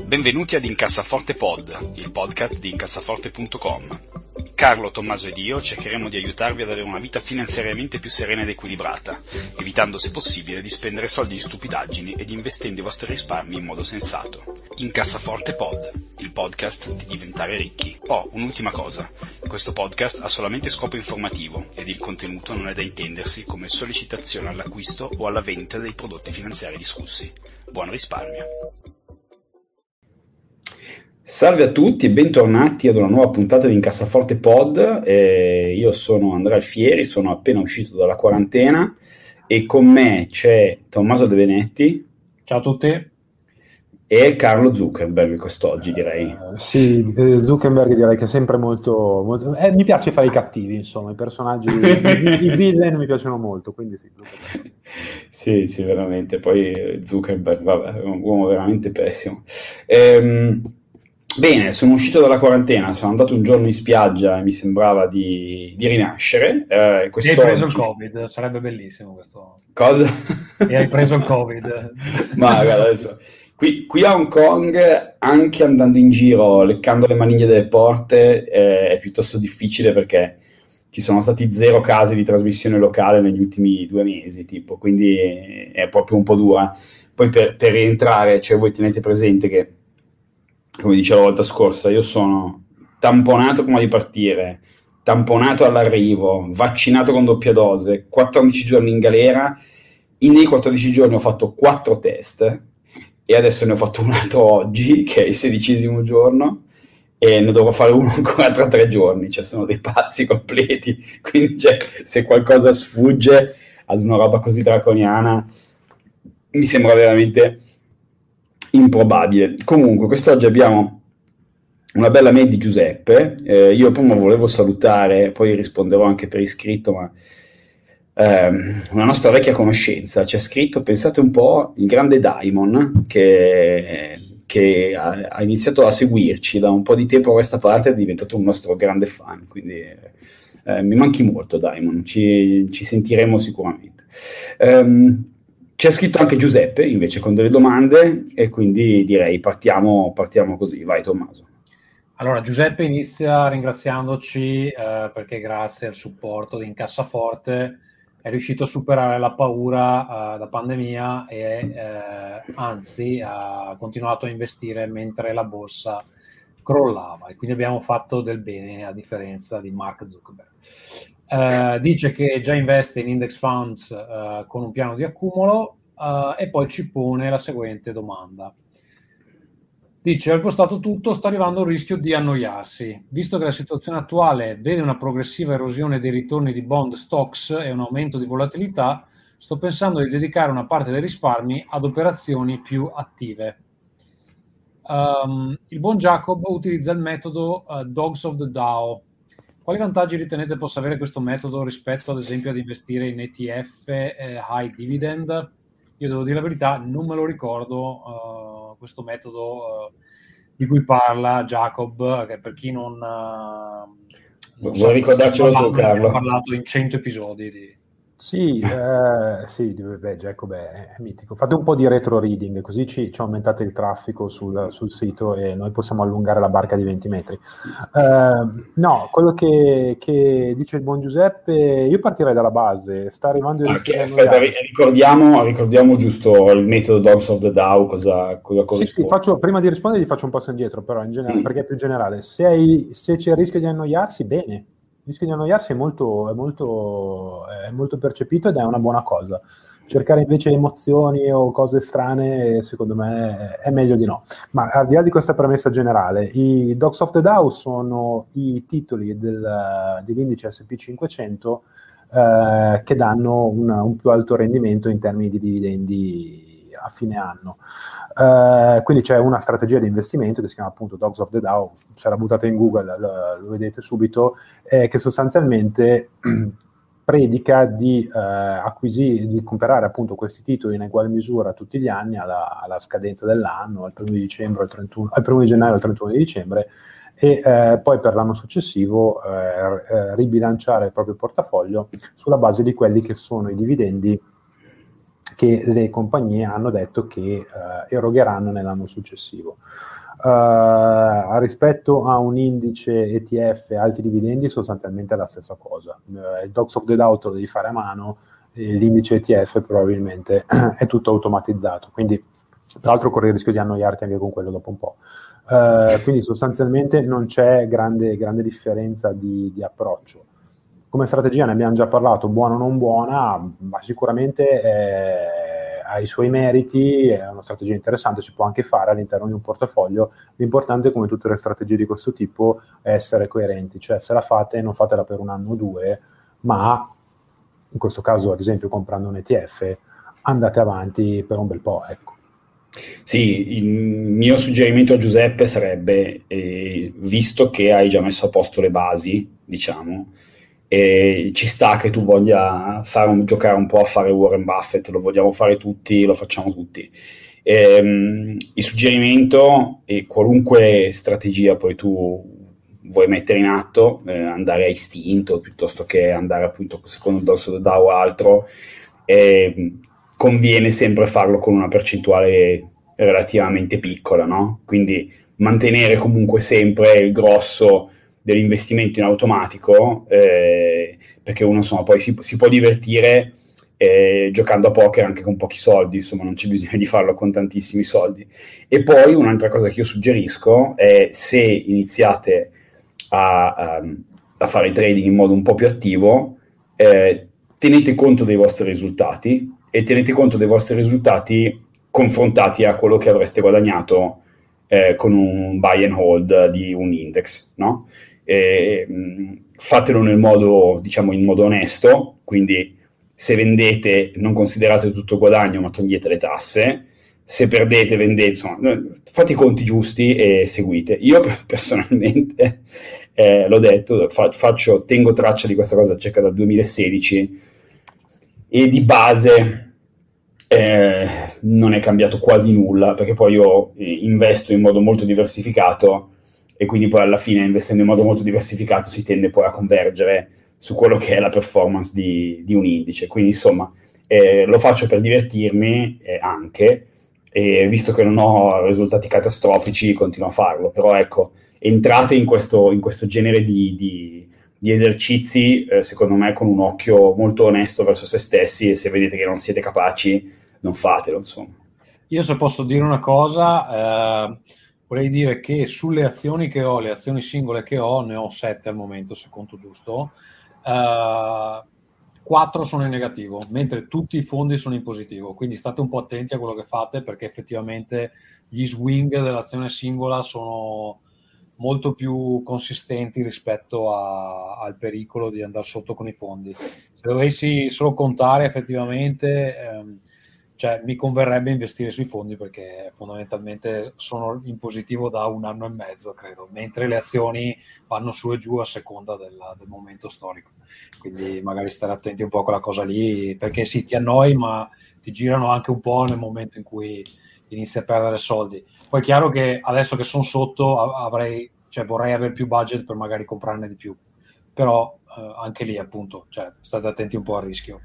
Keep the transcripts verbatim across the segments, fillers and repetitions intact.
Benvenuti ad Incassaforte Pod, il podcast di incassaforte punto com. Carlo, Tommaso ed io cercheremo di aiutarvi ad avere una vita finanziariamente più serena ed equilibrata, evitando se possibile di spendere soldi in stupidaggini ed investendo i vostri risparmi in modo sensato. Incassaforte Pod, il podcast di diventare ricchi. Oh, un'ultima cosa, questo podcast ha solamente scopo informativo ed il contenuto non è da intendersi come sollecitazione all'acquisto o alla vendita dei prodotti finanziari discussi. Buon risparmio! Salve a tutti e bentornati ad una nuova puntata di Incassaforte Pod. Eh, io sono Andrea Alfieri, sono appena uscito dalla quarantena e con me c'è Tommaso De Benetti. Ciao a tutti. E Carlo Zuckerberg quest'oggi, direi. Uh, sì, Zuckerberg direi che è sempre molto... molto eh, mi piace fare i cattivi, insomma, i personaggi, i, i villain mi piacciono molto, quindi sì. Sì, sì, veramente. Poi Zuckerberg, vabbè, è un uomo veramente pessimo. Ehm... Bene, sono uscito dalla quarantena, sono andato un giorno in spiaggia e mi sembrava di, di rinascere. Eh, hai preso il Covid, sarebbe bellissimo questo. Cosa? E hai preso il Covid. Ma guarda, adesso, qui, qui a Hong Kong, anche andando in giro, leccando le maniglie delle porte, eh, è piuttosto difficile perché ci sono stati zero casi di trasmissione locale negli ultimi due mesi, tipo, quindi è proprio un po' dura. Poi per, per rientrare, cioè voi tenete presente che, come dicevo la volta scorsa, io sono tamponato prima di partire, tamponato all'arrivo, vaccinato con doppia dose, quattordici giorni in galera. In quei quattordici giorni ho fatto quattro test e adesso ne ho fatto un altro oggi, che è il sedicesimo giorno, e ne dovrò fare uno ancora tra tre giorni. Cioè sono dei pazzi completi, quindi cioè, se qualcosa sfugge ad una roba così draconiana mi sembra veramente improbabile. Comunque quest'oggi abbiamo una bella mail di Giuseppe. Eh, io prima volevo salutare, poi risponderò anche per iscritto, ma ehm, una nostra vecchia conoscenza ci ha scritto, pensate un po', il grande Daimon, che, che ha, ha iniziato a seguirci da un po' di tempo a questa parte, è diventato un nostro grande fan, quindi eh, mi manchi molto Daimon, ci, ci sentiremo sicuramente. Um, C'è scritto anche Giuseppe invece con delle domande e quindi direi partiamo, partiamo così. Vai Tommaso. Allora Giuseppe inizia ringraziandoci eh, perché grazie al supporto di Incassaforte è riuscito a superare la paura eh, da pandemia e eh, anzi ha continuato a investire mentre la borsa crollava e quindi abbiamo fatto del bene a differenza di Mark Zuckerberg. Uh, dice che già investe in index funds uh, con un piano di accumulo uh, e poi ci pone la seguente domanda. Dice: al postato tutto, sta arrivando il rischio di annoiarsi. Visto che la situazione attuale vede una progressiva erosione dei ritorni di bond stocks e un aumento di volatilità, sto pensando di dedicare una parte dei risparmi ad operazioni più attive. Um, il buon Jacob utilizza il metodo uh, Dogs of the Dow. Quali vantaggi ritenete possa avere questo metodo rispetto ad esempio ad investire in E T F eh, high dividend? Io devo dire la verità, non me lo ricordo uh, questo metodo uh, di cui parla Jacob, che per chi non, uh, non vuoi ricordarcelo tu, Carlo? Ha parlato in cento episodi di... Sì, eh, sì, beh, Jacob è, è mitico. Fate un po' di retro reading, così ci, ci aumentate il traffico sul, sul sito e noi possiamo allungare la barca di venti metri. Eh, no, quello che, che dice il buon Giuseppe, io partirei dalla base. Sta arrivando il okay, aspetta, ricordiamo, ricordiamo giusto il metodo Dogs of the Dow, cosa, cosa sì, sì, faccio, prima di rispondere gli faccio un passo indietro, però in generale, mm. perché è più generale. Se, hai, se c'è il rischio di annoiarsi, bene. Il rischio di annoiarsi è molto, è, molto, è molto percepito ed è una buona cosa. Cercare invece emozioni o cose strane, secondo me, è meglio di no. Ma al di là di questa premessa generale, i Dogs of the Dow sono i titoli del, dell'indice S and P cinquecento eh, che danno un, un più alto rendimento in termini di dividendi a fine anno. Uh, quindi c'è una strategia di investimento che si chiama appunto Dogs of the Dow, se la buttate in Google lo, lo vedete subito, eh, che sostanzialmente predica di, uh, acquisire, di comprare appunto questi titoli in uguale misura tutti gli anni alla, alla scadenza dell'anno, al primo di dicembre, al, trentuno, al primo di gennaio, al trentuno di dicembre, e eh, poi per l'anno successivo eh, eh, ribilanciare il proprio portafoglio sulla base di quelli che sono i dividendi che le compagnie hanno detto che eh, erogheranno nell'anno successivo. Uh, rispetto a un indice E T F alti dividendi, sostanzialmente è la stessa cosa. Uh, il Docs of the Dow lo devi fare a mano, l'indice E T F probabilmente è tutto automatizzato, quindi tra l'altro corri il rischio di annoiarti anche con quello dopo un po'. Uh, quindi sostanzialmente non c'è grande, grande differenza di, di approccio. Come strategia ne abbiamo già parlato, buona o non buona, ma sicuramente è, ha i suoi meriti, è una strategia interessante, si può anche fare all'interno di un portafoglio. L'importante, come tutte le strategie di questo tipo, è essere coerenti, cioè se la fate non fatela per un anno o due, ma in questo caso ad esempio comprando un E T F andate avanti per un bel po', ecco. Sì, il mio suggerimento a Giuseppe sarebbe, eh, visto che hai già messo a posto le basi, diciamo, e ci sta che tu voglia fare un, giocare un po' a fare Warren Buffett, lo vogliamo fare tutti, lo facciamo tutti. Ehm, il suggerimento, e qualunque strategia poi tu vuoi mettere in atto, eh, andare a istinto piuttosto che andare appunto secondo il Docs of the Dow o altro, eh, conviene sempre farlo con una percentuale relativamente piccola, no? Quindi mantenere comunque sempre il grosso dell'investimento in automatico, eh, perché uno insomma poi si, si può divertire eh, giocando a poker anche con pochi soldi, insomma non c'è bisogno di farlo con tantissimi soldi. E poi un'altra cosa che io suggerisco è, se iniziate a, a, a fare trading in modo un po' più attivo, eh, tenete conto dei vostri risultati e tenete conto dei vostri risultati confrontati a quello che avreste guadagnato eh, con un buy and hold di un index, no? E, mh, fatelo nel modo, diciamo, in modo onesto, quindi se vendete non considerate tutto guadagno ma togliete le tasse, se perdete vendete, insomma, fate i conti giusti e seguite. Io personalmente eh, l'ho detto, fa, faccio, tengo traccia di questa cosa circa dal duemilasedici e di base eh, non è cambiato quasi nulla, perché poi io investo in modo molto diversificato e quindi poi alla fine, investendo in modo molto diversificato, si tende poi a convergere su quello che è la performance di, di un indice. Quindi insomma eh, lo faccio per divertirmi eh, anche, e visto che non ho risultati catastrofici continuo a farlo, però ecco, entrate in questo, in questo genere di, di, di esercizi eh, secondo me con un occhio molto onesto verso se stessi, e se vedete che non siete capaci non fatelo, insomma. Io, se posso dire una cosa, eh, vorrei dire che sulle azioni che ho, le azioni singole che ho, ne ho sette al momento, se conto giusto, eh, quattro sono in negativo, mentre tutti i fondi sono in positivo, quindi state un po' attenti a quello che fate, perché effettivamente gli swing dell'azione singola sono molto più consistenti rispetto a, al pericolo di andare sotto con i fondi. Se dovessi solo contare effettivamente, ehm, cioè mi converrebbe investire sui fondi, perché fondamentalmente sono in positivo da un anno e mezzo, credo, mentre le azioni vanno su e giù a seconda del, del momento storico. Quindi magari stare attenti un po' a quella cosa lì, perché sì, ti annoi, ma ti girano anche un po' nel momento in cui inizi a perdere soldi. Poi è chiaro che adesso che sono sotto avrei, cioè vorrei avere più budget per magari comprarne di più, però eh, anche lì appunto, cioè, state attenti un po' al rischio.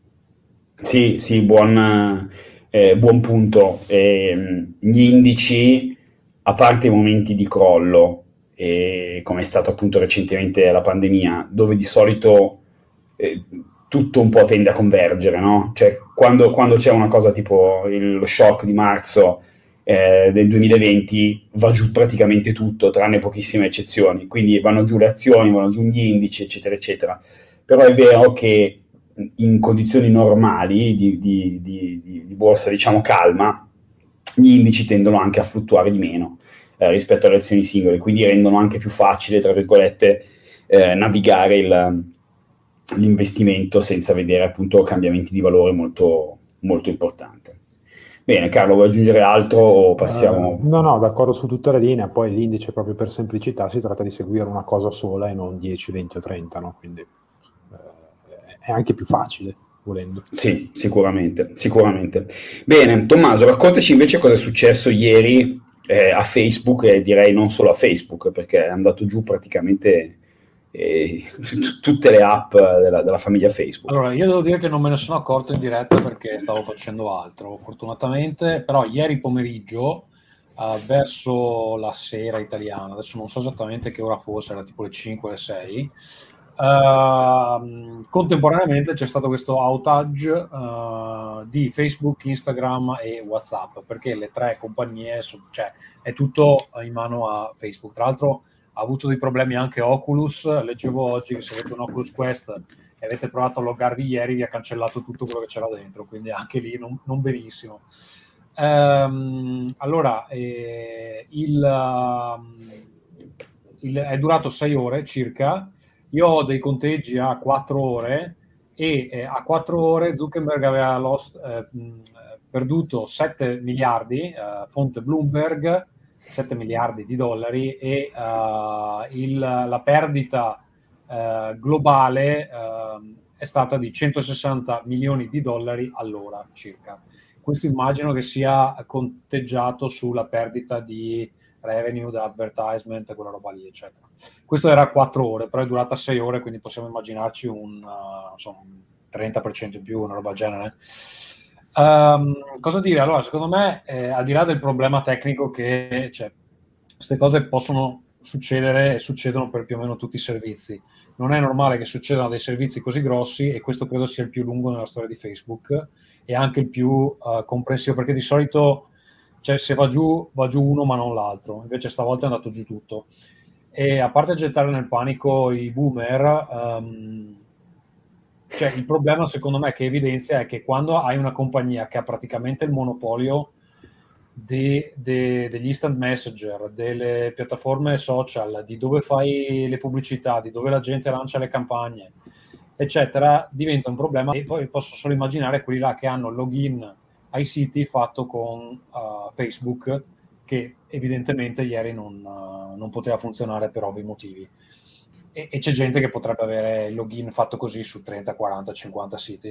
Sì, sì, buon, eh, buon punto. Eh, gli indici, a parte i momenti di crollo, eh, come è stato appunto recentemente la pandemia, dove di solito eh, tutto un po' tende a convergere, no? Cioè quando, quando c'è una cosa tipo il, lo shock di marzo eh, del duemilaventi, va giù praticamente tutto, tranne pochissime eccezioni, quindi vanno giù le azioni, vanno giù gli indici, eccetera, eccetera. Però è vero che in condizioni normali di, di, di, di borsa, diciamo, calma, gli indici tendono anche a fluttuare di meno eh, rispetto alle azioni singole, quindi rendono anche più facile, tra virgolette, eh, navigare il, l'investimento senza vedere appunto cambiamenti di valore molto, molto importanti. Bene, Carlo, vuoi aggiungere altro o passiamo? Uh, no, no, d'accordo su tutta la linea. Poi l'indice, proprio per semplicità, si tratta di seguire una cosa sola e non dieci, venti o trenta, no? Quindi è anche più facile, volendo. Sì, sicuramente, sicuramente. Bene, Tommaso, raccontaci invece cosa è successo ieri eh, a Facebook, e direi non solo a Facebook, perché è andato giù praticamente e t- tutte le app della, della famiglia Facebook. Allora, io devo dire che non me ne sono accorto in diretta perché stavo facendo altro, fortunatamente, però ieri pomeriggio, uh, verso la sera italiana, adesso non so esattamente che ora fosse, era tipo le cinque, le sei, uh, contemporaneamente c'è stato questo outage uh, di Facebook, Instagram e WhatsApp, perché le tre compagnie, cioè è tutto in mano a Facebook. Tra l'altro ha avuto dei problemi anche Oculus, leggevo oggi che se avete un Oculus Quest e avete provato a loggarvi ieri vi ha cancellato tutto quello che c'era dentro, quindi anche lì non, non benissimo. Ehm, allora, eh, il, il, è durato sei ore circa, io ho dei conteggi a quattro ore e eh, a quattro ore Zuckerberg aveva lost, eh, perduto sette miliardi, eh, fonte Bloomberg, sette miliardi di dollari e uh, il, la perdita uh, globale uh, è stata di centosessanta milioni di dollari all'ora circa. Questo immagino che sia conteggiato sulla perdita di revenue da advertisement, quella roba lì, eccetera. Questo era quattro ore, però è durata sei ore, quindi possiamo immaginarci un, uh, insomma, un trenta per cento in più, una roba del genere. Um, cosa dire? Allora, secondo me, eh, al di là del problema tecnico che cioè, queste cose possono succedere e succedono per più o meno tutti i servizi. Non è normale che succedano dei servizi così grossi e questo credo sia il più lungo nella storia di Facebook e anche il più uh, comprensivo, perché di solito cioè, se va giù, va giù uno ma non l'altro. Invece stavolta è andato giù tutto. E a parte gettare nel panico i boomer, um, cioè il problema secondo me che evidenzia è che quando hai una compagnia che ha praticamente il monopolio de, de, degli instant messenger, delle piattaforme social, di dove fai le pubblicità, di dove la gente lancia le campagne, eccetera, diventa un problema. E poi posso solo immaginare quelli là che hanno login ai siti fatto con uh, Facebook, che evidentemente ieri non, uh, non poteva funzionare per ovvi motivi. E, e c'è gente che potrebbe avere il login fatto così su trenta, quaranta, cinquanta siti.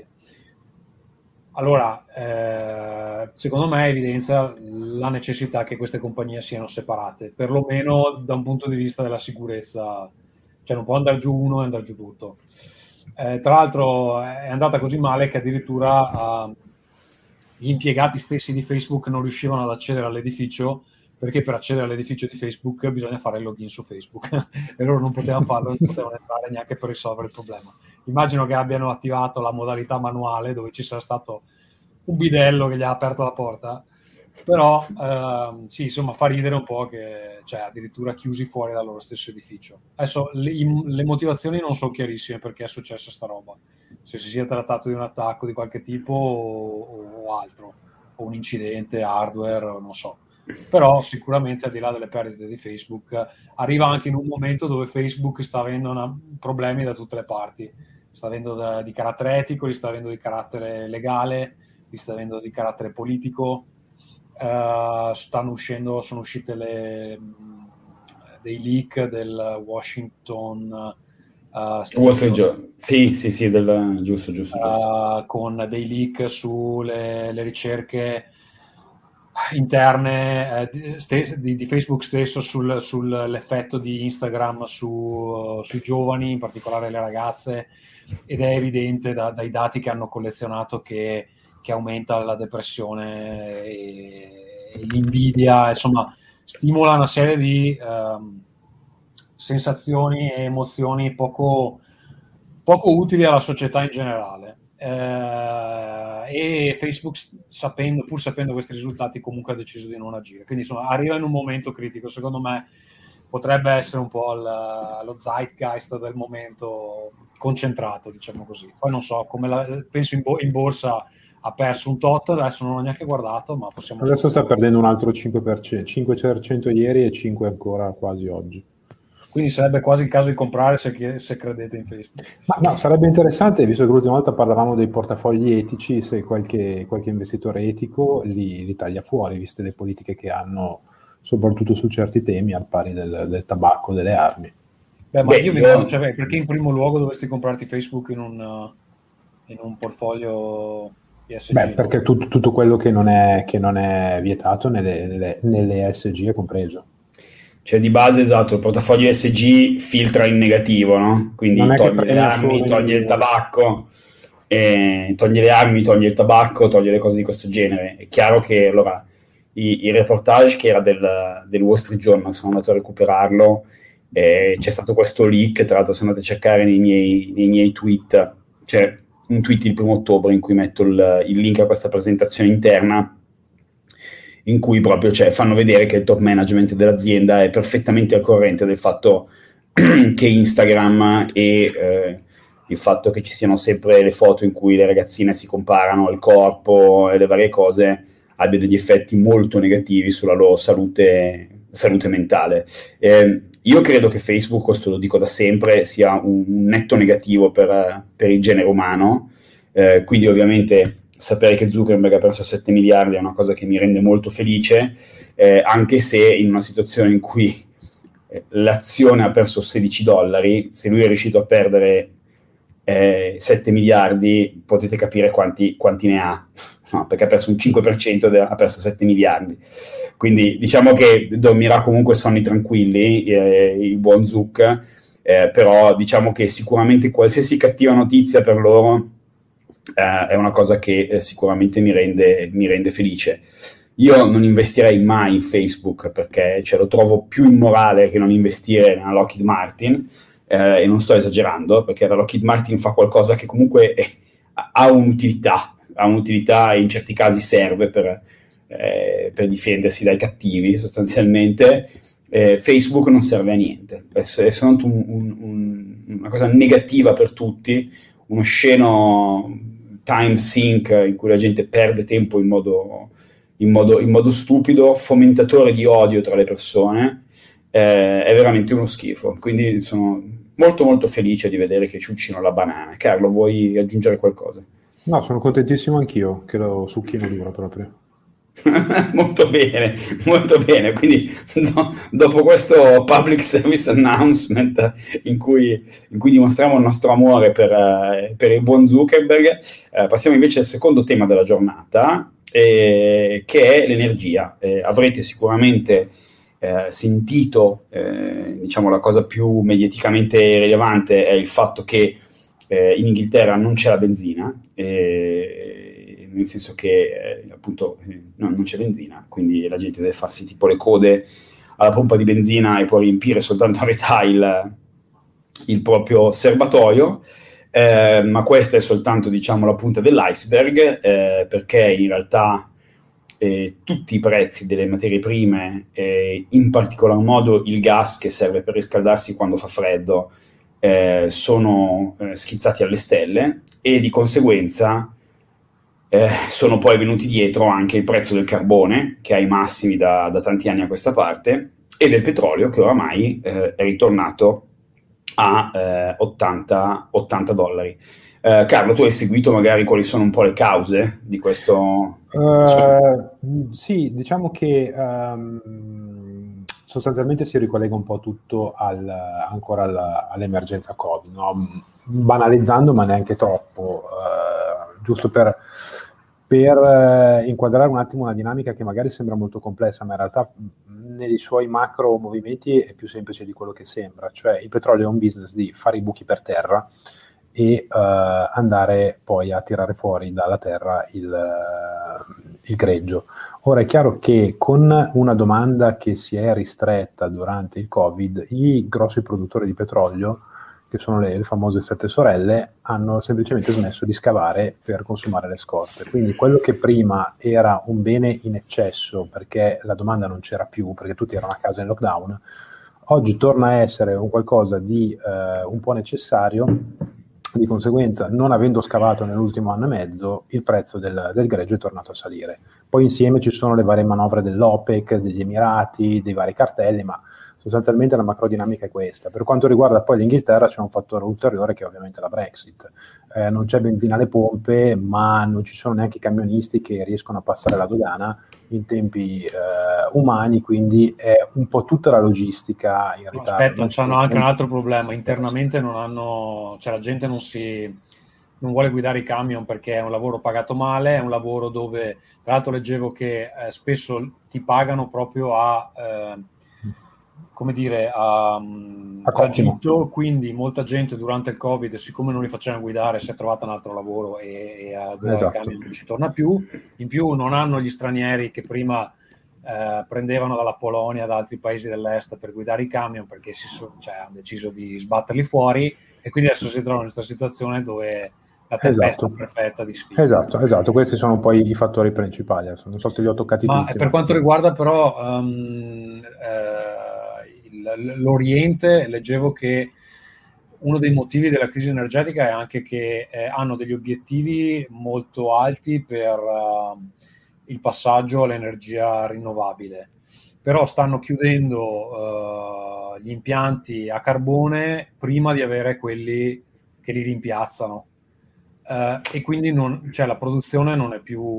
Allora, eh, secondo me evidenzia la necessità che queste compagnie siano separate, perlomeno da un punto di vista della sicurezza. Cioè non può andare giù uno e andare giù tutto. Eh, tra l'altro è andata così male che addirittura uh, gli impiegati stessi di Facebook non riuscivano ad accedere all'edificio, perché per accedere all'edificio di Facebook bisogna fare il login su Facebook e loro non potevano farlo, non potevano entrare neanche per risolvere il problema. Immagino che abbiano attivato la modalità manuale dove ci sarà stato un bidello che gli ha aperto la porta, però ehm, sì, insomma fa ridere un po' che cioè, addirittura chiusi fuori dal loro stesso edificio. Adesso le, le motivazioni non sono chiarissime perché è successa sta roba, se si sia trattato di un attacco di qualche tipo o, o altro, o un incidente hardware, non so. Però sicuramente al di là delle perdite di Facebook arriva anche in un momento dove Facebook sta avendo una, problemi da tutte le parti, sta avendo da, di carattere etico, li sta avendo di carattere legale, li sta avendo di carattere politico, uh, stanno uscendo, sono uscite le, dei leak del Washington uh, State, sì sì sì del, giusto giusto, giusto. Uh, con dei leak sulle le ricerche interne eh, di, stes- di, di Facebook stesso sul, sull'effetto di Instagram su, sui giovani, in particolare le ragazze, ed è evidente da, dai dati che hanno collezionato che, che aumenta la depressione e, e l'invidia, insomma stimola una serie di um, sensazioni e emozioni poco, poco utili alla società in generale. Uh, e Facebook sapendo, pur sapendo questi risultati comunque ha deciso di non agire, quindi insomma arriva in un momento critico. Secondo me potrebbe essere un po' il, lo zeitgeist del momento concentrato, diciamo così. Poi non so, come la, penso in, bo- in borsa ha perso un tot, adesso non ho neanche guardato, ma possiamo adesso sta perdendo un altro cinque per cento, cinque per cento ieri e cinque ancora quasi oggi. Quindi sarebbe quasi il caso di comprare se, se credete in Facebook. Ma no, sarebbe interessante, visto che l'ultima volta parlavamo dei portafogli etici, se qualche, qualche investitore etico li, li taglia fuori, viste le politiche che hanno, soprattutto su certi temi, al pari del, del tabacco, delle armi. Beh, ma Beh, io mi chiedo, cioè, perché in primo luogo dovresti comprarti Facebook in un, in un portfolio E S G? Beh, perché tutto, tutto quello che non è, che non è vietato nelle, nelle, nelle E S G è compreso. Cioè di base, esatto, il portafoglio E S G filtra in negativo, no? Quindi toglie le armi, toglie il tabacco, eh, toglie le armi, toglie il tabacco, toglie le cose di questo genere. È chiaro che allora i, il reportage che era del, del Wall Street Journal, sono andato a recuperarlo, eh, c'è stato questo leak, tra l'altro se andate a cercare nei miei, nei miei tweet, c'è un tweet il primo ottobre in cui metto il, il link a questa presentazione interna, in cui proprio cioè, fanno vedere che il top management dell'azienda è perfettamente al corrente del fatto che Instagram e eh, il fatto che ci siano sempre le foto in cui le ragazzine si comparano il corpo e le varie cose abbia degli effetti molto negativi sulla loro salute, salute mentale. Eh, io credo che Facebook, questo lo dico da sempre, sia un, un netto negativo per, per il genere umano, eh, quindi ovviamente sapere che Zuckerberg ha perso sette miliardi è una cosa che mi rende molto felice, eh, anche se in una situazione in cui eh, l'azione ha perso sedici dollari, se lui è riuscito a perdere eh, sette miliardi, potete capire quanti, quanti ne ha, no, perché ha perso un cinque per cento e ha perso sette miliardi. Quindi diciamo che dormirà comunque sonni tranquilli, eh, il buon Zuck, eh, però diciamo che sicuramente qualsiasi cattiva notizia per loro Uh, è una cosa che eh, sicuramente mi rende, mi rende felice. Io non investirei mai in Facebook perché cioè, lo trovo più immorale che non investire nella Lockheed Martin, eh, e non sto esagerando, perché la Lockheed Martin fa qualcosa che comunque è, ha un'utilità, ha un'utilità e in certi casi serve per, eh, per difendersi dai cattivi sostanzialmente. Eh, Facebook non serve a niente, è, è soltanto un, un, un, una cosa negativa per tutti, uno sceno time sink in cui la gente perde tempo in modo, in modo, in modo stupido, fomentatore di odio tra le persone, eh, è veramente uno schifo. Quindi sono molto molto felice di vedere che ciuccino la banana. Carlo, vuoi aggiungere qualcosa? No, sono contentissimo anch'io che lo succhino duro proprio. Molto bene, molto bene. Quindi no, dopo questo public service announcement in cui, in cui dimostriamo il nostro amore per, uh, per il buon Zuckerberg, uh, passiamo invece al secondo tema della giornata, eh, che è l'energia. Eh, avrete sicuramente eh, sentito, eh, diciamo la cosa più mediaticamente rilevante è il fatto che eh, in Inghilterra non c'è la benzina, eh, nel senso che eh, appunto no, non c'è benzina, quindi la gente deve farsi tipo le code alla pompa di benzina e può riempire soltanto a retail il proprio serbatoio, eh, ma questa è soltanto diciamo la punta dell'iceberg, eh, perché in realtà eh, tutti i prezzi delle materie prime, eh, in particolar modo il gas che serve per riscaldarsi quando fa freddo, eh, sono eh, schizzati alle stelle e di conseguenza Eh, sono poi venuti dietro anche il prezzo del carbone, che ha i massimi da, da tanti anni a questa parte, e del petrolio, che oramai eh, è ritornato a eh, ottanta dollari. Eh, Carlo, tu hai seguito magari quali sono un po' le cause di questo? Uh, sì, diciamo che um, sostanzialmente si ricollega un po' tutto al, ancora al, all'emergenza Covid, no? Banalizzando, ma neanche troppo, uh, giusto per... per eh, inquadrare un attimo una dinamica che magari sembra molto complessa, ma in realtà nei suoi macro movimenti è più semplice di quello che sembra. Cioè il petrolio è un business di fare i buchi per terra e eh, andare poi a tirare fuori dalla terra il, il greggio. Ora è chiaro che con una domanda che si è ristretta durante il Covid, i grossi produttori di petrolio, che sono le, le famose sette sorelle, hanno semplicemente smesso di scavare per consumare le scorte. Quindi quello che prima era un bene in eccesso perché la domanda non c'era più, perché tutti erano a casa in lockdown, oggi torna a essere un qualcosa di eh, un po' necessario. Di conseguenza, non avendo scavato nell'ultimo anno e mezzo, il prezzo del, del greggio è tornato a salire. Poi insieme ci sono le varie manovre dell'OPEC, degli Emirati, dei vari cartelli, ma sostanzialmente la macrodinamica è questa. Per quanto riguarda poi l'Inghilterra c'è un fattore ulteriore che è ovviamente la Brexit. Eh, non c'è benzina alle pompe, ma non ci sono neanche i camionisti che riescono a passare la dogana in tempi eh, umani, quindi è un po' tutta la logistica in ritardo. Aspetta, c'hanno anche un altro problema, internamente non hanno, cioè la gente non si non vuole guidare i camion perché è un lavoro pagato male, è un lavoro dove, tra l'altro leggevo che eh, spesso ti pagano proprio a eh, come dire, ha, ha agito, quindi molta gente durante il Covid, siccome non li facevano guidare, si è trovata un altro lavoro e, e a guidare esatto. il camion non ci torna più. In più non hanno gli stranieri che prima eh, prendevano dalla Polonia, da altri paesi dell'est per guidare i camion, perché si so, cioè, hanno deciso di sbatterli fuori, e quindi adesso si trovano in questa situazione dove la tempesta esatto. perfetta di sfida. Esatto, esatto, questi sono poi i fattori principali. Adesso non so se li ho toccati Ma tutti. Per ma... quanto riguarda però um, eh, il, l'Oriente, leggevo che uno dei motivi della crisi energetica è anche che eh, hanno degli obiettivi molto alti per uh, il passaggio all'energia rinnovabile, però stanno chiudendo uh, gli impianti a carbone prima di avere quelli che li rimpiazzano. Uh, e quindi non, cioè, la produzione non è più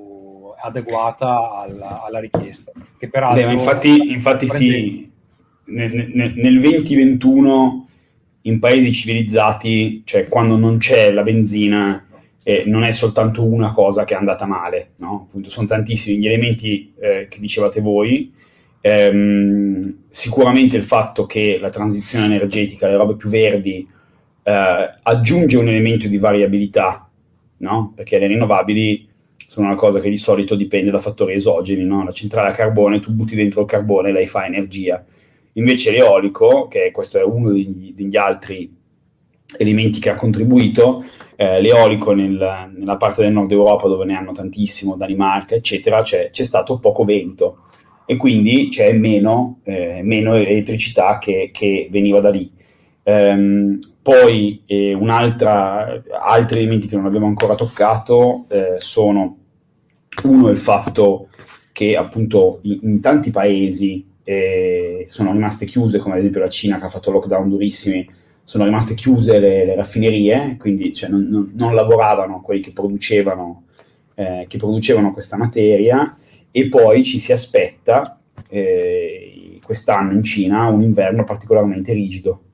adeguata alla, alla richiesta. Che peraltro, Beh, infatti, infatti sì, nel, nel, nel venti ventuno in paesi civilizzati, cioè quando non c'è la benzina, eh, non è soltanto una cosa che è andata male, no? Appunto, sono tantissimi gli elementi eh, che dicevate voi. Ehm, sicuramente il fatto che la transizione energetica, le robe più verdi, Uh, aggiunge un elemento di variabilità, no? Perché le rinnovabili sono una cosa che di solito dipende da fattori esogeni, no? La centrale a carbone, tu butti dentro il carbone e lei fa energia. Invece l'eolico, che questo è uno degli, degli altri elementi che ha contribuito, eh, l'eolico nel, nella parte del nord Europa, dove ne hanno tantissimo, Danimarca, eccetera, c'è, c'è stato poco vento e quindi c'è meno, eh, meno elettricità che, che veniva da lì. Um, poi eh, un'altra, altri elementi che non abbiamo ancora toccato eh, sono, uno, il fatto che appunto in, in tanti paesi eh, sono rimaste chiuse, come ad esempio la Cina, che ha fatto lockdown durissimi, sono rimaste chiuse le, le raffinerie, quindi cioè, non, non, non lavoravano quelli che producevano, eh, che producevano questa materia, e poi ci si aspetta eh, quest'anno in Cina un inverno particolarmente rigido.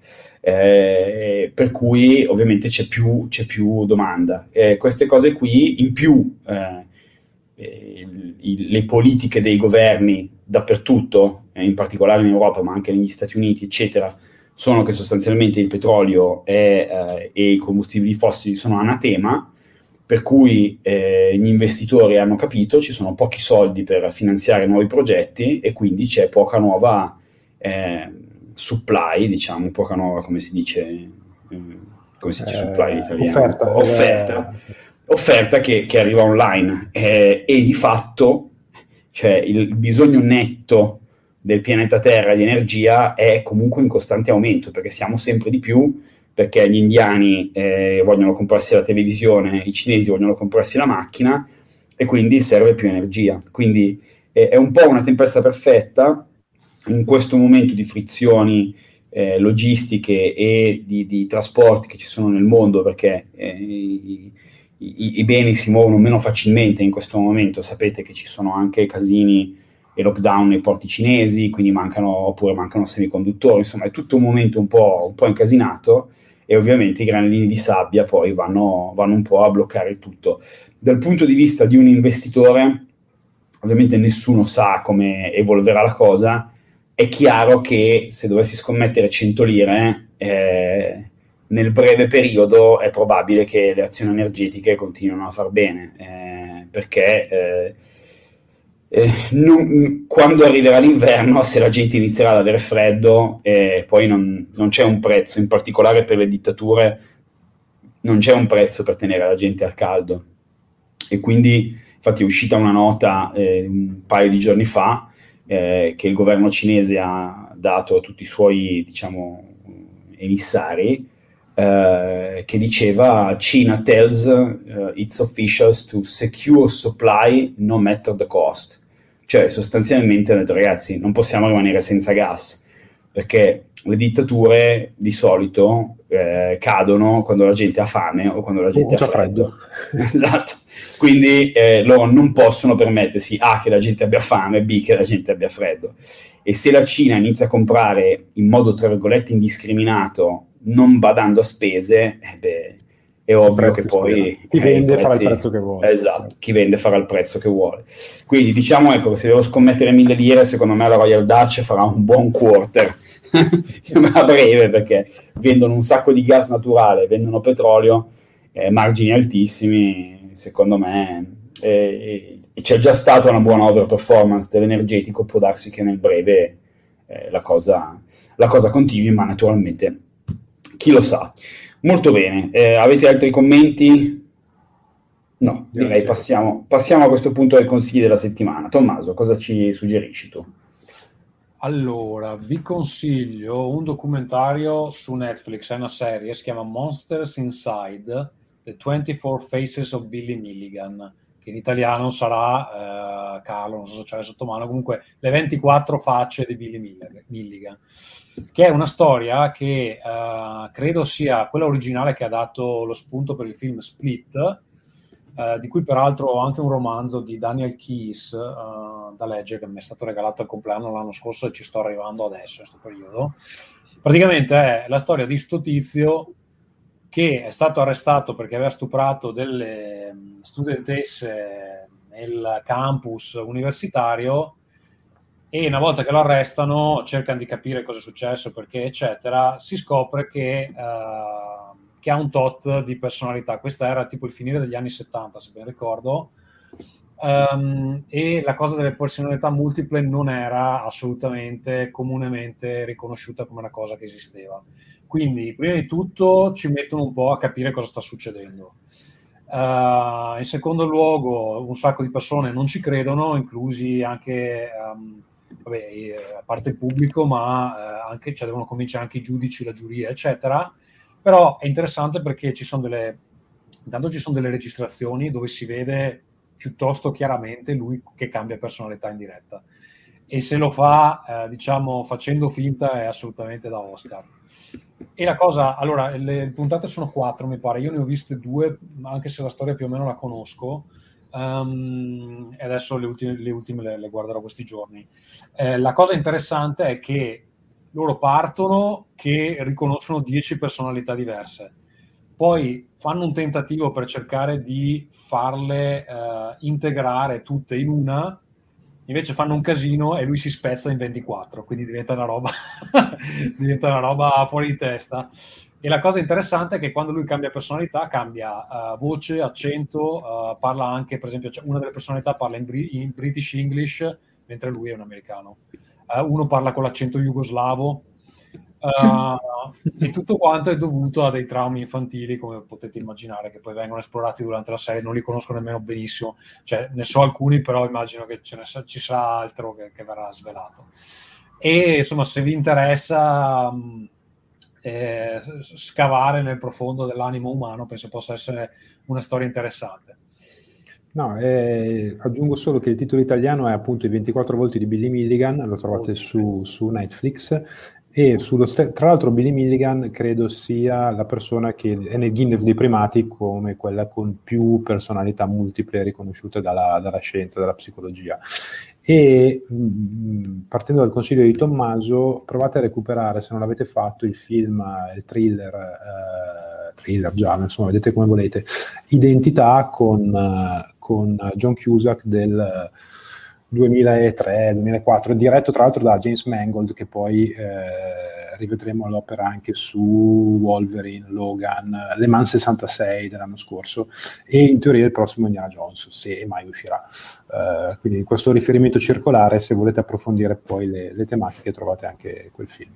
Eh, per cui ovviamente c'è più, c'è più domanda. Eh, queste cose qui, in più eh, eh, il, le politiche dei governi dappertutto, eh, in particolare in Europa, ma anche negli Stati Uniti, eccetera, sono che sostanzialmente il petrolio è, eh, e i combustibili fossili sono anatema, per cui eh, gli investitori hanno capito, ci sono pochi soldi per finanziare nuovi progetti e quindi c'è poca nuova eh, supply, diciamo, poca nuova, come si dice, eh, come si dice eh, supply in italiano? Offerta. Offerta, eh. offerta che, che arriva online eh, e di fatto, cioè, il bisogno netto del pianeta Terra di energia è comunque in costante aumento, perché siamo sempre di più, perché gli indiani eh, vogliono comprarsi la televisione, i cinesi vogliono comprarsi la macchina e quindi serve più energia. Quindi eh, è un po' una tempesta perfetta in questo momento di frizioni eh, logistiche e di, di trasporti che ci sono nel mondo, perché eh, i, i, i beni si muovono meno facilmente in questo momento. Sapete che ci sono anche casini e lockdown nei porti cinesi, quindi mancano, oppure mancano semiconduttori, insomma è tutto un momento un po', un po' incasinato, e ovviamente i granellini di sabbia poi vanno, vanno un po' a bloccare il tutto. Dal punto di vista di un investitore, ovviamente nessuno sa come evolverà la cosa. È chiaro che se dovessi scommettere cento lire, eh, nel breve periodo è probabile che le azioni energetiche continuino a far bene, eh, perché eh, eh, non, quando arriverà l'inverno, se la gente inizierà ad avere freddo, eh, poi non, non c'è un prezzo, in particolare per le dittature, non c'è un prezzo per tenere la gente al caldo. E quindi, infatti è uscita una nota eh, un paio di giorni fa, Eh, che il governo cinese ha dato a tutti i suoi, diciamo, emissari, eh, che diceva: China tells uh, its officials to secure supply no matter the cost. Cioè sostanzialmente ha detto: ragazzi, non possiamo rimanere senza gas, perché le dittature di solito eh, cadono quando la gente ha fame o quando la gente oh, ha freddo. freddo. Esatto. Quindi eh, loro non possono permettersi A, che la gente abbia fame, B, che la gente abbia freddo. E se la Cina inizia a comprare in modo, tra virgolette, indiscriminato, non badando a spese, eh beh, è ovvio che poi chi vende eh, farà il prezzi, prezzo che vuole. Esatto, chi vende farà il prezzo che vuole. Quindi diciamo, ecco, se devo scommettere mille lire, secondo me la Royal Dutch farà un buon quarter a breve, perché vendono un sacco di gas naturale, vendono petrolio, eh, margini altissimi, secondo me, eh, e c'è già stata una buona overperformance dell'energetico, può darsi che nel breve eh, la cosa, la cosa continui, ma naturalmente chi lo sa. Molto bene, eh, avete altri commenti? No, direi passiamo, passiamo a questo punto ai consigli della settimana. Tommaso, cosa ci suggerisci tu? Allora, vi consiglio un documentario su Netflix, è una serie, si chiama Monsters Inside, The twenty-four Faces of Billy Milligan, che in italiano sarà, eh, Carlo, non so se ce l'hai sotto mano, comunque le ventiquattro facce di Billy Milligan, che è una storia che eh, credo sia quella originale che ha dato lo spunto per il film Split, eh, di cui peraltro ho anche un romanzo di Daniel Keyes eh, da leggere, che mi è stato regalato al compleanno l'anno scorso e ci sto arrivando adesso in questo periodo. Praticamente è la storia di sto tizio che è stato arrestato perché aveva stuprato delle studentesse nel campus universitario, e una volta che lo arrestano cercano di capire cosa è successo, perché eccetera, si scopre che, uh, che ha un tot di personalità. Questa era tipo il finire degli anni settanta, se ben ricordo, um, e la cosa delle personalità multiple non era assolutamente comunemente riconosciuta come una cosa che esisteva. Quindi, prima di tutto, ci mettono un po' a capire cosa sta succedendo. Uh, in secondo luogo, un sacco di persone non ci credono, inclusi anche, um, vabbè, a parte il pubblico, ma uh, anche, cioè, devono convincere anche i giudici, la giuria, eccetera. Però è interessante perché ci sono delle, intanto ci sono delle registrazioni dove si vede piuttosto chiaramente lui che cambia personalità in diretta. E se lo fa, eh, diciamo, facendo finta, è assolutamente da Oscar. E la cosa, allora, le puntate sono quattro, mi pare, io ne ho viste due, anche se la storia più o meno la conosco, um, e adesso le ultime, le, ultime le, le guarderò questi giorni. Eh, la cosa interessante è che loro partono che riconoscono dieci personalità diverse, poi fanno un tentativo per cercare di farle eh, integrare tutte in una, invece fanno un casino e lui si spezza in ventiquattro, quindi diventa una roba diventa una roba fuori di testa. E la cosa interessante è che quando lui cambia personalità cambia uh, voce, accento, uh, parla anche, per esempio, cioè una delle personalità parla in, Bri- in British English mentre lui è un americano, uh, uno parla con l'accento jugoslavo, uh, e tutto quanto è dovuto a dei traumi infantili, come potete immaginare, che poi vengono esplorati durante la serie. Non li conosco nemmeno benissimo, cioè ne so alcuni, però immagino che ce ne sa- ci sarà altro che, che verrà svelato. E insomma, se vi interessa mh, eh, scavare nel profondo dell'animo umano, penso possa essere una storia interessante. No, eh, aggiungo solo che il titolo italiano è appunto I ventiquattro volti di Billy Milligan, lo trovate su, su Netflix. E sullo st- tra l'altro Billy Milligan credo sia la persona che è nel Guinness dei primati come quella con più personalità multiple riconosciute dalla, dalla scienza, dalla psicologia. E mh, partendo dal consiglio di Tommaso, provate a recuperare, se non l'avete fatto, il film, il thriller, eh, thriller già, insomma, vedete come volete, Identità con, uh, con John Cusack del duemilatré duemilaquattro, diretto tra l'altro da James Mangold, che poi eh, rivedremo all'opera anche su Wolverine, Logan, Le Mans sessantasei dell'anno scorso, e in teoria il prossimo Indiana Jones, se mai uscirà. Uh, quindi questo riferimento circolare, se volete approfondire poi le, le tematiche, trovate anche quel film.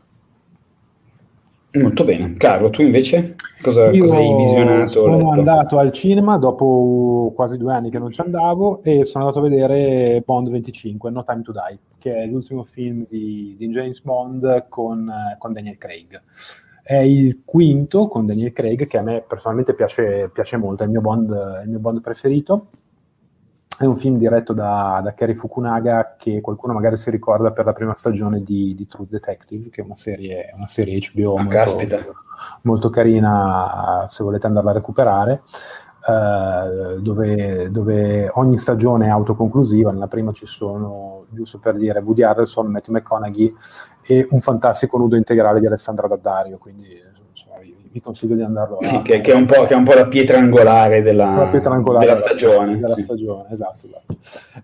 Molto bene. Carlo, tu invece cosa, Io cosa hai visionato? sono letto? andato al cinema dopo quasi due anni che non ci andavo e sono andato a vedere Bond venticinque, No Time to Die, che è l'ultimo film di, di James Bond con, con Daniel Craig. È il quinto con Daniel Craig, che a me personalmente piace, piace molto, è il mio Bond, è il mio Bond preferito. È un film diretto da, da Cary Fukunaga, che qualcuno magari si ricorda per la prima stagione di, di True Detective, che è una serie, una serie H B O Ah, molto, caspita. molto carina, se volete andarla a recuperare, eh, dove, dove ogni stagione è autoconclusiva. Nella prima ci sono, giusto per dire, Woody Harrelson, Matthew McConaughey e un fantastico nudo integrale di Alessandra Daddario, quindi insomma, vi, vi consiglio di andarlo sì, a, che, che, è un po', che è un po' la pietra angolare della, la pietra angolare della della stagione. Della sì. stagione, esatto. esatto.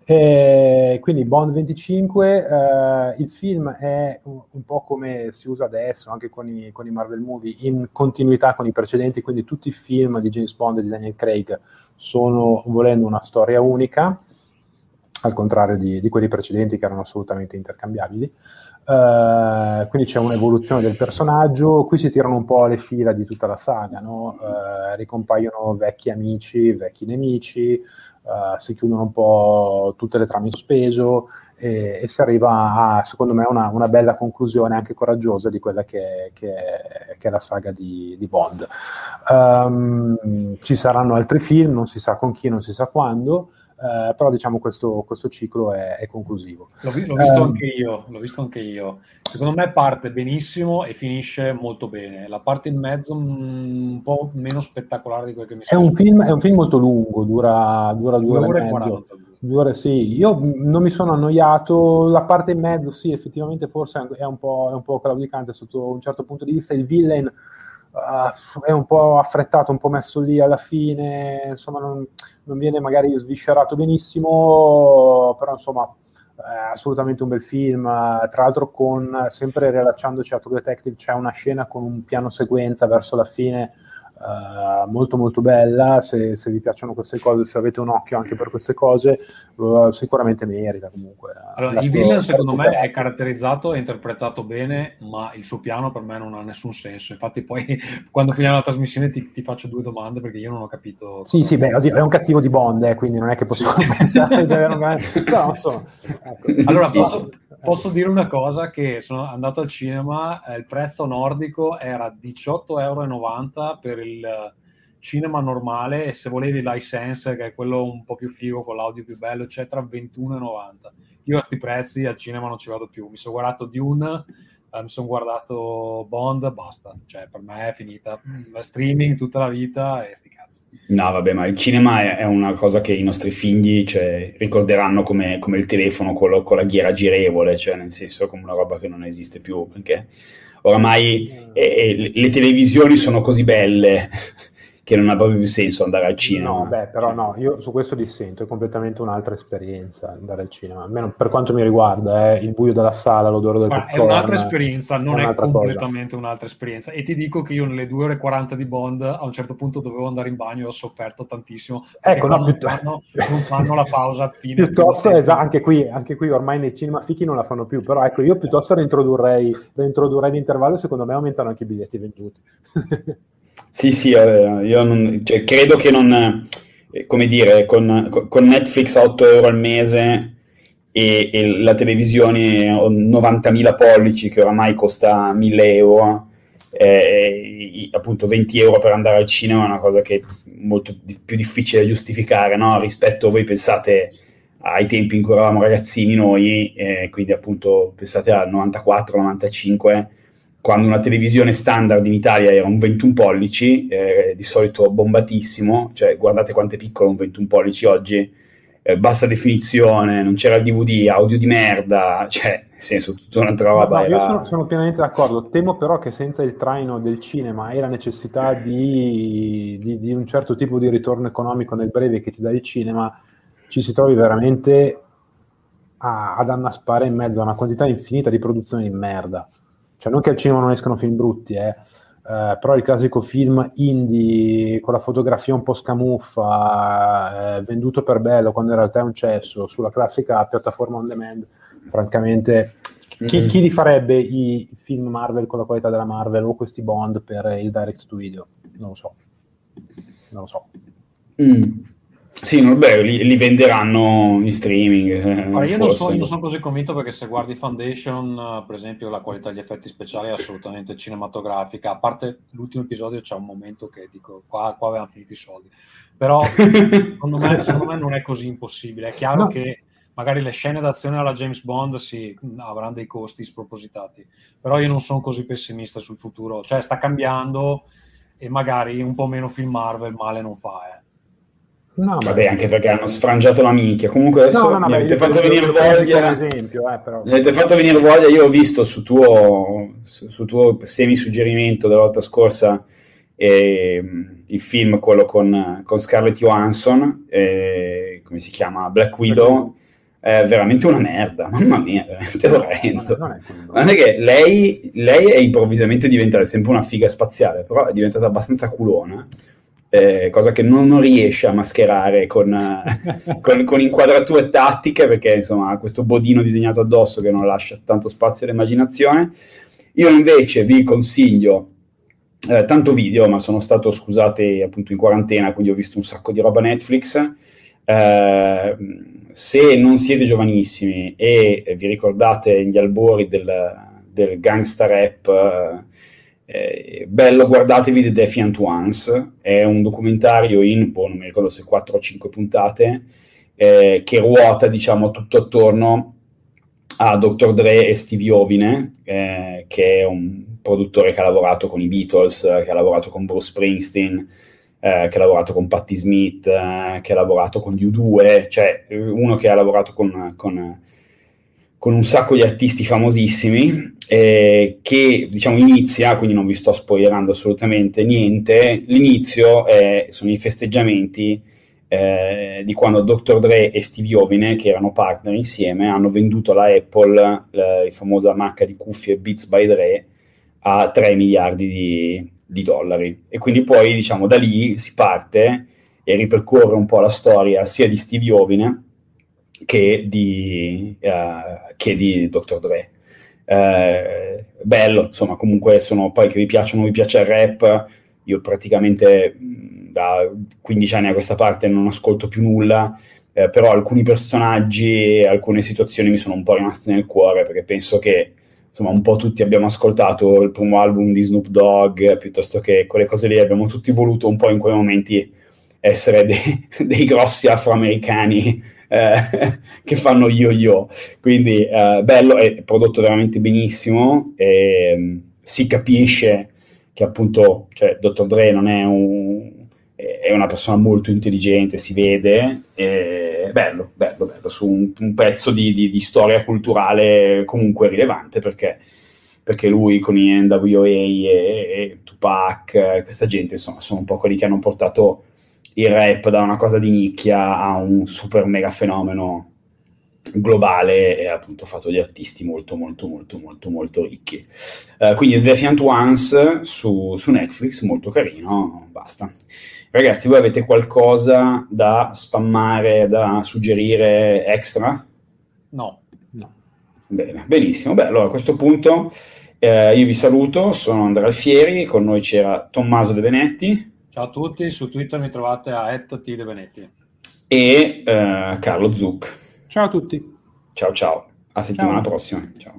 E quindi Bond venticinque, eh, il film è un, un po' come si usa adesso, anche con i, con i Marvel movie, in continuità con i precedenti, quindi tutti i film di James Bond e di Daniel Craig sono, volendo, una storia unica, al contrario di, di quelli precedenti che erano assolutamente intercambiabili. Uh, quindi c'è un'evoluzione del personaggio, qui si tirano un po' le fila di tutta la saga, no? Uh, ricompaiono vecchi amici, vecchi nemici, uh, si chiudono un po' tutte le trame in sospeso e, e si arriva a, secondo me, una, una bella conclusione anche coraggiosa di quella che, che, che è la saga di, di Bond. Um, ci saranno altri film, non si sa con chi, non si sa quando. Uh, però diciamo questo, questo ciclo è, è conclusivo. L'ho, vi- l'ho visto Um, anche io, l'ho visto anche io. Secondo me parte benissimo e finisce molto bene. La parte in mezzo mh, un po' meno spettacolare di quel che mi è sono un film, è un film molto lungo, dura, dura due, due ore ore e e mezzo. quaranta. Due ore, sì. Io mh, non mi sono annoiato, la parte in mezzo sì, effettivamente forse è un po', è un po' claudicante sotto un certo punto di vista. Il villain Uh, è un po' affrettato, un po' messo lì alla fine, insomma non, non viene magari sviscerato benissimo, però insomma è assolutamente un bel film. Tra l'altro, con, sempre rilacciandoci a True Detective, c'è una scena con un piano sequenza verso la fine uh, molto molto bella. Se, se vi piacciono queste cose, se avete un occhio anche per queste cose, uh, sicuramente merita comunque. Allora, il villain secondo me è caratterizzato e interpretato bene, ma il suo piano per me non ha nessun senso. Infatti poi quando finiamo la trasmissione ti, ti faccio due domande, perché io non ho capito. Sì, sì, beh, oddio, è un cattivo di Bond, eh, quindi non è che posso Sì. pensare di avere un grande... no, insomma, ecco. Allora, Sì. posso, posso dire una cosa, che sono andato al cinema, eh, il prezzo nordico era diciotto e novanta euro per il cinema normale, e se volevi l'iSense, che è quello un po' più figo, con l'audio più bello, eccetera, ventuno e novanta. Io a sti prezzi al cinema non ci vado più. Mi sono guardato Dune, eh, mi sono guardato Bond, basta. Cioè, per me è finita. Streaming tutta la vita e sti cazzi. No, vabbè, ma il cinema è, è una cosa che i nostri figli, cioè, ricorderanno come, come il telefono con, lo, con la ghiera girevole, cioè nel senso come una roba che non esiste più, perché oramai eh, le, le televisioni sono così belle che non ha proprio più senso andare al cinema. No, beh, però no, io su questo dissento, è completamente un'altra esperienza andare al cinema, almeno per quanto mi riguarda, eh, il buio della sala, l'odore del Ma popcorn. È un'altra esperienza, non è, è completamente cosa. un'altra esperienza. E ti dico che io nelle due ore e quaranta di Bond a un certo punto dovevo andare in bagno e ho sofferto tantissimo. Ecco, no, non, piuttosto... fanno, non fanno la pausa a fine. Piuttosto, esatto, anche qui, anche qui ormai nei cinema fichi non la fanno più, però ecco, io piuttosto reintrodurrei, reintrodurrei l'intervallo, secondo me aumentano anche i biglietti venduti. Sì, sì, io non, cioè, credo che non, come dire, con, con Netflix a otto euro al mese e, e la televisione novantamila pollici che oramai costa mille euro, eh, appunto venti euro per andare al cinema è una cosa che è molto di, più difficile da giustificare, no? Rispetto, voi pensate ai tempi in cui eravamo ragazzini noi, eh, quindi appunto pensate al novantaquattro novantacinque, quando una televisione standard in Italia era un ventuno pollici, eh, di solito bombatissimo, cioè guardate quanto è piccolo un ventuno pollici oggi, eh, bassa definizione, non c'era il D V D, audio di merda, cioè nel senso tutta un'altra roba. No, no, era... io sono, sono pienamente d'accordo, temo però che senza il traino del cinema e la necessità di, di, di un certo tipo di ritorno economico nel breve che ti dà il cinema, ci si trovi veramente a, ad annaspare in mezzo a una quantità infinita di produzioni di merda. Cioè, non che al cinema non escano film brutti, eh, eh, però il classico film indie con la fotografia un po' scamuffa, eh, venduto per bello quando in realtà è un cesso, sulla classica piattaforma on demand, francamente, chi, chi li farebbe i film Marvel con la qualità della Marvel o questi Bond per il direct to video? Non lo so. Non lo so. Mm. Sì, vabbè, li, li venderanno in streaming. Eh, Allora, io non sono, non sono così convinto, perché se guardi Foundation, per esempio, la qualità degli effetti speciali è assolutamente cinematografica. A parte l'ultimo episodio c'è un momento che dico, qua, qua avevano finito i soldi. Però secondo me, secondo me non è così impossibile. È chiaro no. che magari le scene d'azione alla James Bond sì, avranno dei costi spropositati, però io non sono così pessimista sul futuro. Cioè, sta cambiando e magari un po' meno film Marvel male non fa, eh. No, vabbè, anche perché hanno sfrangiato la minchia. Comunque adesso no, no, no, mi beh, avete io fatto prendo- venire io prendo voglia. come esempio, eh, però. Mi avete fatto venire voglia. Io ho visto su tuo, su, su tuo semi suggerimento della volta scorsa eh, il film, quello con, con Scarlett Johansson, eh, come si chiama? Black Widow. È veramente una merda, mamma mia, veramente orrendo. Non è, non è quello. Guarda che lei, lei è improvvisamente diventata sempre una figa spaziale, però è diventata abbastanza culona, eh, cosa che non, non riesce a mascherare con, eh, con, con inquadrature tattiche, perché insomma ha questo bodino disegnato addosso che non lascia tanto spazio all'immaginazione. Io invece vi consiglio eh, tanto video, ma sono stato, scusate, appunto in quarantena, quindi ho visto un sacco di roba Netflix. Eh, se non siete giovanissimi e vi ricordate gli albori del, del gangsta rap, eh, bello, guardatevi The Defiant Ones. È un documentario in, boh, non mi ricordo se quattro o cinque puntate, eh, che ruota, diciamo, tutto attorno a doctor Dre e Stevie Ovine, eh, che è un produttore che ha lavorato con i Beatles, che ha lavorato con Bruce Springsteen, Eh, che ha lavorato con Patti Smith, eh, che ha lavorato con gli U due, cioè uno che ha lavorato con, con, con un sacco di artisti famosissimi, eh, che diciamo inizia, quindi non vi sto spoilerando assolutamente niente, l'inizio è, sono i festeggiamenti eh, di quando doctor Dre e Stevie Ovine, che erano partner insieme, hanno venduto alla Apple la, la famosa marca di cuffie Beats by Dre a tre miliardi di di dollari, e quindi poi diciamo da lì si parte e ripercorre un po' la storia sia di Stevie Ovine che di, uh, che di doctor Dre. Uh, bello, insomma, comunque sono poi che vi piacciono, vi piace il rap, io praticamente mh, da quindici anni a questa parte non ascolto più nulla, eh, però alcuni personaggi e alcune situazioni mi sono un po' rimaste nel cuore, perché penso che insomma un po' tutti abbiamo ascoltato il primo album di Snoop Dogg, piuttosto che quelle cose lì, abbiamo tutti voluto un po' in quei momenti essere dei, dei grossi afroamericani eh, che fanno yo-yo, quindi eh, bello, è prodotto veramente benissimo, e si capisce che appunto, cioè, doctor Dre non è un è una persona molto intelligente, si vede, e bello, bello, bello, su un, un pezzo di, di, di storia culturale comunque rilevante, perché, perché lui con i N W A e, e Tupac, questa gente, insomma, sono un po' quelli che hanno portato il rap da una cosa di nicchia a un super mega fenomeno globale, e appunto fatto di artisti molto molto molto molto molto ricchi. Uh, quindi The Defiant Ones su, su Netflix, molto carino, basta. Ragazzi, voi avete qualcosa da spammare, da suggerire extra? No. No. Bene, benissimo. Beh, allora a questo punto eh, io vi saluto, sono Andrea Alfieri, con noi c'era Tommaso De Benetti. Ciao a tutti, su Twitter mi trovate a at t de benetti. E eh, Carlo Zuc. Ciao a tutti. Ciao ciao, a settimana Ciao. prossima. Ciao.